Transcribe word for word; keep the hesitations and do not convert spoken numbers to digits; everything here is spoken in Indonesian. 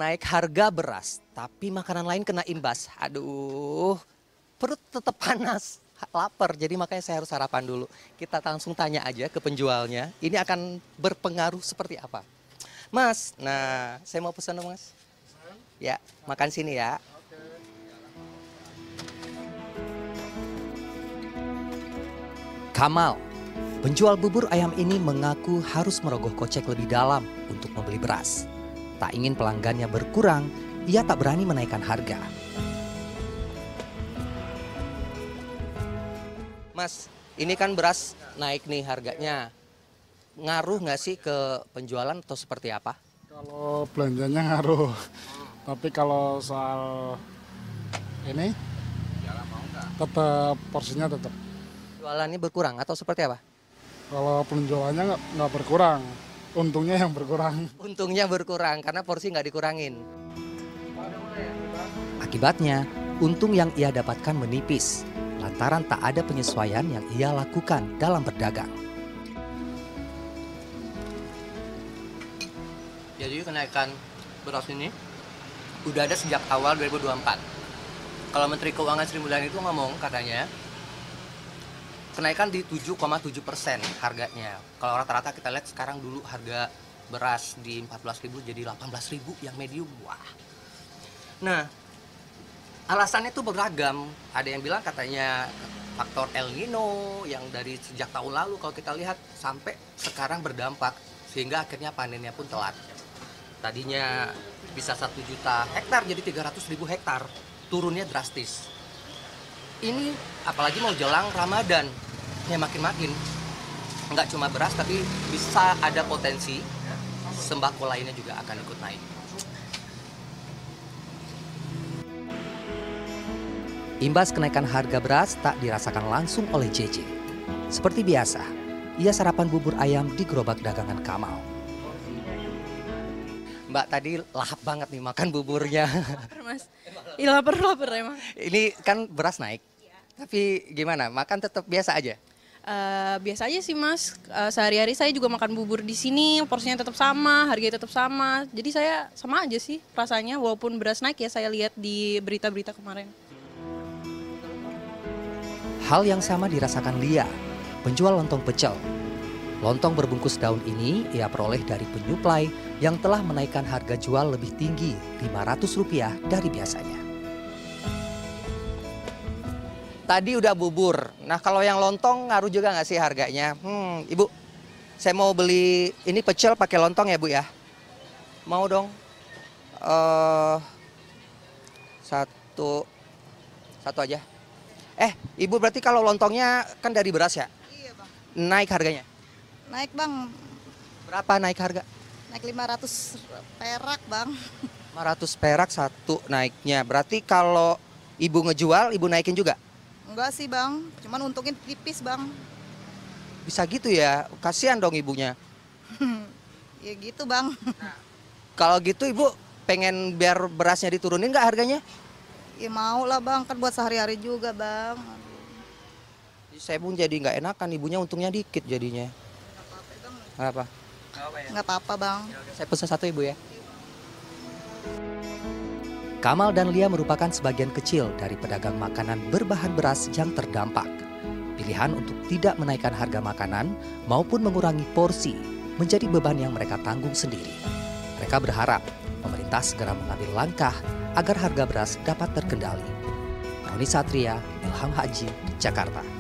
naik harga beras, tapi makanan lain kena imbas. Aduh, perut tetap panas, lapar. Jadi makanya saya harus sarapan dulu. Kita langsung tanya aja ke penjualnya. Ini akan berpengaruh seperti apa? Mas, nah saya mau pesan dong mas. Ya, makan sini ya. Kamal, penjual bubur ayam ini mengaku harus merogoh kocek lebih dalam untuk membeli beras. Tak ingin pelanggannya berkurang, ia tak berani menaikkan harga. Mas, ini kan beras naik nih harganya. Ngaruh nggak sih ke penjualan atau seperti apa? Kalau belanjanya ngaruh, tapi kalau soal ini tetap porsinya tetap. Jualannya berkurang atau seperti apa? Kalau penjualannya nggak nggak berkurang, untungnya yang berkurang. Untungnya berkurang karena porsi nggak dikurangin. Akibatnya, untung yang ia dapatkan menipis lantaran tak ada penyesuaian yang ia lakukan dalam berdagang. Jadi kenaikan beras ini udah ada sejak awal dua ribu dua puluh empat. Kalau Menteri Keuangan Sri Mulyani itu ngomong katanya kenaikan di tujuh koma tujuh persen harganya. Kalau rata-rata kita lihat sekarang dulu harga beras di empat belas ribu jadi delapan belas ribu yang medium. Wah. Nah, alasannya tuh beragam. Ada yang bilang katanya faktor El Nino yang dari sejak tahun lalu kalau kita lihat sampai sekarang berdampak sehingga akhirnya panennya pun telat. Tadinya bisa satu juta hektar jadi tiga ratus ribu hektar, turunnya drastis. Ini apalagi mau jelang Ramadan, ya makin-makin. Nggak cuma beras tapi bisa ada potensi sembako lainnya juga akan ikut naik. Imbas kenaikan harga beras tak dirasakan langsung oleh J J. Seperti biasa, ia sarapan bubur ayam di gerobak dagangan Kamal. Mbak tadi lahap banget nih makan buburnya. Lapar mas, iya lapar lapar emang. Ini kan beras naik, ya. Tapi gimana? Makan tetap biasa aja? Uh, biasa aja sih mas. Uh, sehari-hari saya juga makan bubur di sini, porsinya tetap sama, harganya tetap sama. Jadi saya sama aja sih rasanya, walaupun beras naik ya saya lihat di berita-berita kemarin. Hal yang sama dirasakan Lia, penjual lontong pecel. Lontong berbungkus daun ini ia peroleh dari penyuplai yang telah menaikkan harga jual lebih tinggi lima ratus rupiah dari biasanya. Tadi udah bubur, nah kalau yang lontong ngaruh juga nggak sih harganya? Hmm, Ibu, saya mau beli ini pecel pakai lontong ya Bu ya? Mau dong. Uh, satu, satu aja. Eh, Ibu berarti kalau lontongnya kan dari beras ya? Iya Bang. Naik harganya? Naik Bang. Berapa naik harga? Naik lima ratus perak Bang. lima ratus perak satu naiknya. Berarti kalau Ibu ngejual, Ibu naikin juga? Enggak sih Bang, cuman untungnya tipis Bang. Bisa gitu ya, kasihan dong ibunya. Ya gitu Bang. Nah, kalau gitu Ibu pengen biar berasnya diturunin nggak harganya? Ya mau lah Bang, kan buat sehari-hari juga Bang. Saya pun jadi nggak enakan, ibunya untungnya dikit jadinya. Nggak apa? Nggak apa-apa Bang. Saya pesan satu Ibu ya. Kamal dan Lia merupakan sebagian kecil dari pedagang makanan berbahan beras yang terdampak. Pilihan untuk tidak menaikkan harga makanan maupun mengurangi porsi menjadi beban yang mereka tanggung sendiri. Mereka berharap pemerintah segera mengambil langkah agar harga beras dapat terkendali. Roni Satria, Ilham Haji, Jakarta.